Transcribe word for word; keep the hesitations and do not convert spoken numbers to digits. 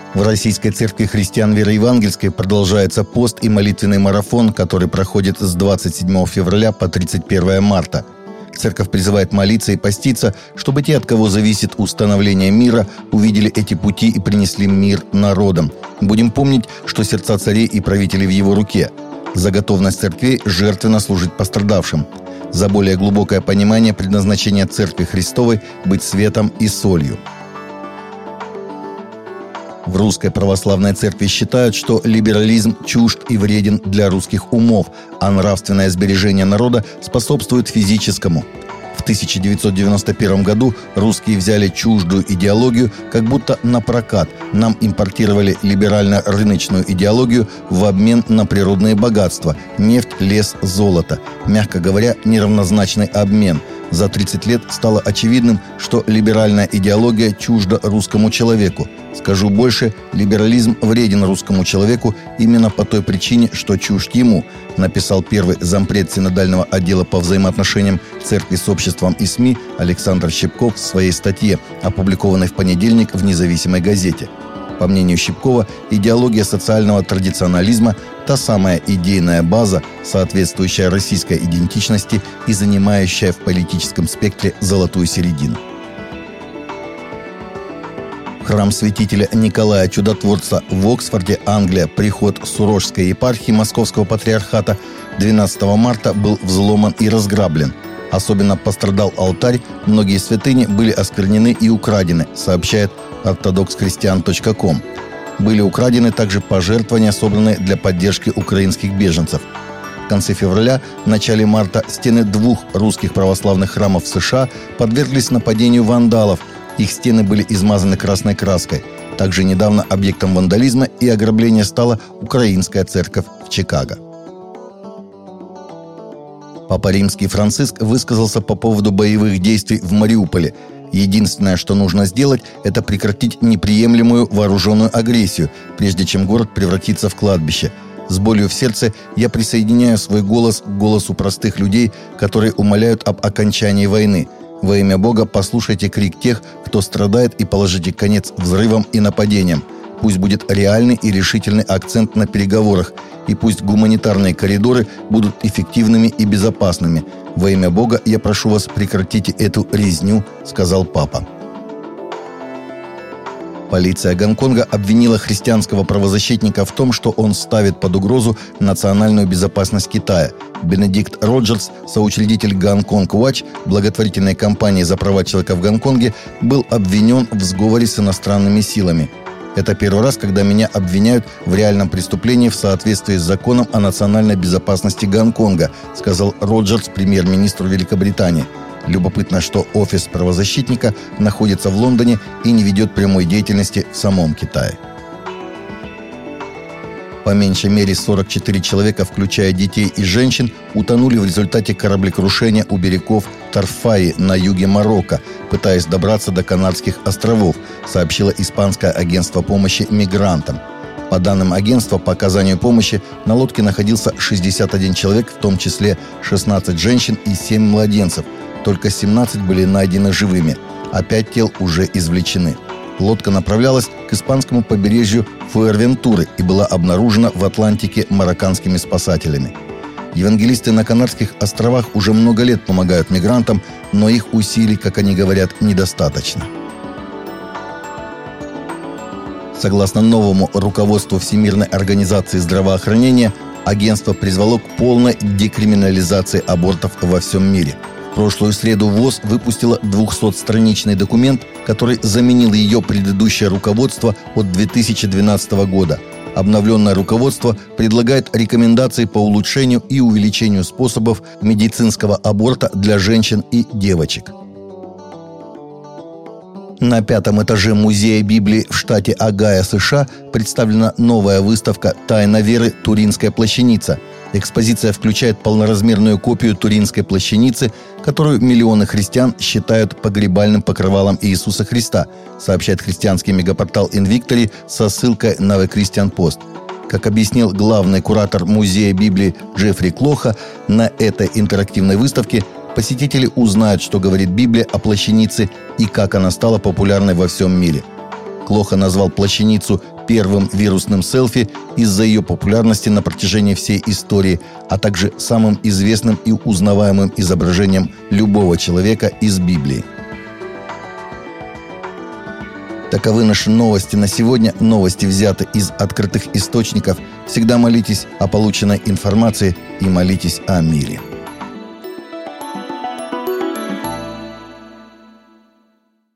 В Российской церкви христиан веры евангельской продолжается пост и молитвенный марафон, который проходит с двадцать седьмого февраля по тридцать первого марта. Церковь призывает молиться и поститься, чтобы те, от кого зависит установление мира, увидели эти пути и принесли мир народам. Будем помнить, что сердца царей и правителей в его руке. За готовность церквей жертвенно служить пострадавшим. За более глубокое понимание предназначения Церкви Христовой быть светом и солью. В Русской Православной Церкви считают, что либерализм чужд и вреден для русских умов, а нравственное сбережение народа способствует физическому. В тысяча девятьсот девяносто первом году русские взяли чуждую идеологию как будто на прокат. Нам импортировали либерально-рыночную идеологию в обмен на природные богатства – нефть, лес, золото. Мягко говоря, неравнозначный обмен. За тридцать лет стало очевидным, что либеральная идеология чужда русскому человеку. Скажу больше, либерализм вреден русскому человеку именно по той причине, что чужд ему, написал первый зампред синодального отдела по взаимоотношениям церкви с обществом и СМИ Александр Щипков в своей статье, опубликованной в понедельник в «Независимой газете». По мнению Щипкова, идеология социального традиционализма – та самая идейная база, соответствующая российской идентичности и занимающая в политическом спектре золотую середину. Храм святителя Николая Чудотворца в Оксфорде, Англия, приход Сурожской епархии Московского патриархата двенадцатого марта был взломан и разграблен. Особенно пострадал алтарь, многие святыни были осквернены и украдены, сообщает ортодокс христиан точка ком. Были украдены также пожертвования, собранные для поддержки украинских беженцев. В конце февраля, начале марта стены двух русских православных храмов в США подверглись нападению вандалов. Их стены были измазаны красной краской. Также недавно объектом вандализма и ограбления стала украинская церковь в Чикаго. Папа Римский Франциск высказался по поводу боевых действий в Мариуполе. Единственное, что нужно сделать, это прекратить неприемлемую вооруженную агрессию, прежде чем город превратится в кладбище. С болью в сердце я присоединяю свой голос к голосу простых людей, которые умоляют об окончании войны. Во имя Бога послушайте крик тех, кто страдает, и положите конец взрывам и нападениям. Пусть будет реальный и решительный акцент на переговорах, и пусть гуманитарные коридоры будут эффективными и безопасными. Во имя Бога я прошу вас, прекратите эту резню, сказал папа. Полиция Гонконга обвинила христианского правозащитника в том, что он ставит под угрозу национальную безопасность Китая. Бенедикт Роджерс, соучредитель Гонконг Watch, благотворительной кампании за права человека в Гонконге, был обвинен в сговоре с иностранными силами. «Это первый раз, когда меня обвиняют в реальном преступлении в соответствии с законом о национальной безопасности Гонконга», сказал Роджерс премьер-министру Великобритании. Любопытно, что офис правозащитника находится в Лондоне и не ведет прямой деятельности в самом Китае. По меньшей мере сорок четыре человека, включая детей и женщин, утонули в результате кораблекрушения у берегов Тарфаи на юге Марокко, пытаясь добраться до Канарских островов, сообщило испанское агентство помощи мигрантам. По данным агентства, по оказанию помощи на лодке находился шестьдесят один человек, в том числе шестнадцать женщин и семь младенцев. Только семнадцать были найдены живыми, а пять тел уже извлечены. Лодка направлялась к испанскому побережью Фуэрвентуры и была обнаружена в Атлантике марокканскими спасателями. Евангелисты на Канарских островах уже много лет помогают мигрантам, но их усилий, как они говорят, недостаточно. Согласно новому руководству Всемирной организации здравоохранения, агентство призвало к полной декриминализации абортов во всем мире. В прошлую среду ВОЗ выпустила двухсотстраничный документ, который заменил ее предыдущее руководство от две тысячи двенадцатого года. Обновленное руководство предлагает рекомендации по улучшению и увеличению способов медицинского аборта для женщин и девочек. На пятом этаже Музея Библии в штате Огайо, США, представлена новая выставка «Тайна веры. Туринская плащаница». Экспозиция включает полноразмерную копию Туринской плащаницы, которую миллионы христиан считают погребальным покрывалом Иисуса Христа, сообщает христианский мегапортал Invictory со ссылкой на The Christian Post. Как объяснил главный куратор Музея Библии Джеффри Клоха, на этой интерактивной выставке посетители узнают, что говорит Библия о плащанице и как она стала популярной во всем мире. Клоха назвал плащаницу первым вирусным селфи из-за ее популярности на протяжении всей истории, а также самым известным и узнаваемым изображением любого человека из Библии. Таковы наши новости на сегодня. Новости взяты из открытых источников. Всегда молитесь о полученной информации и молитесь о мире.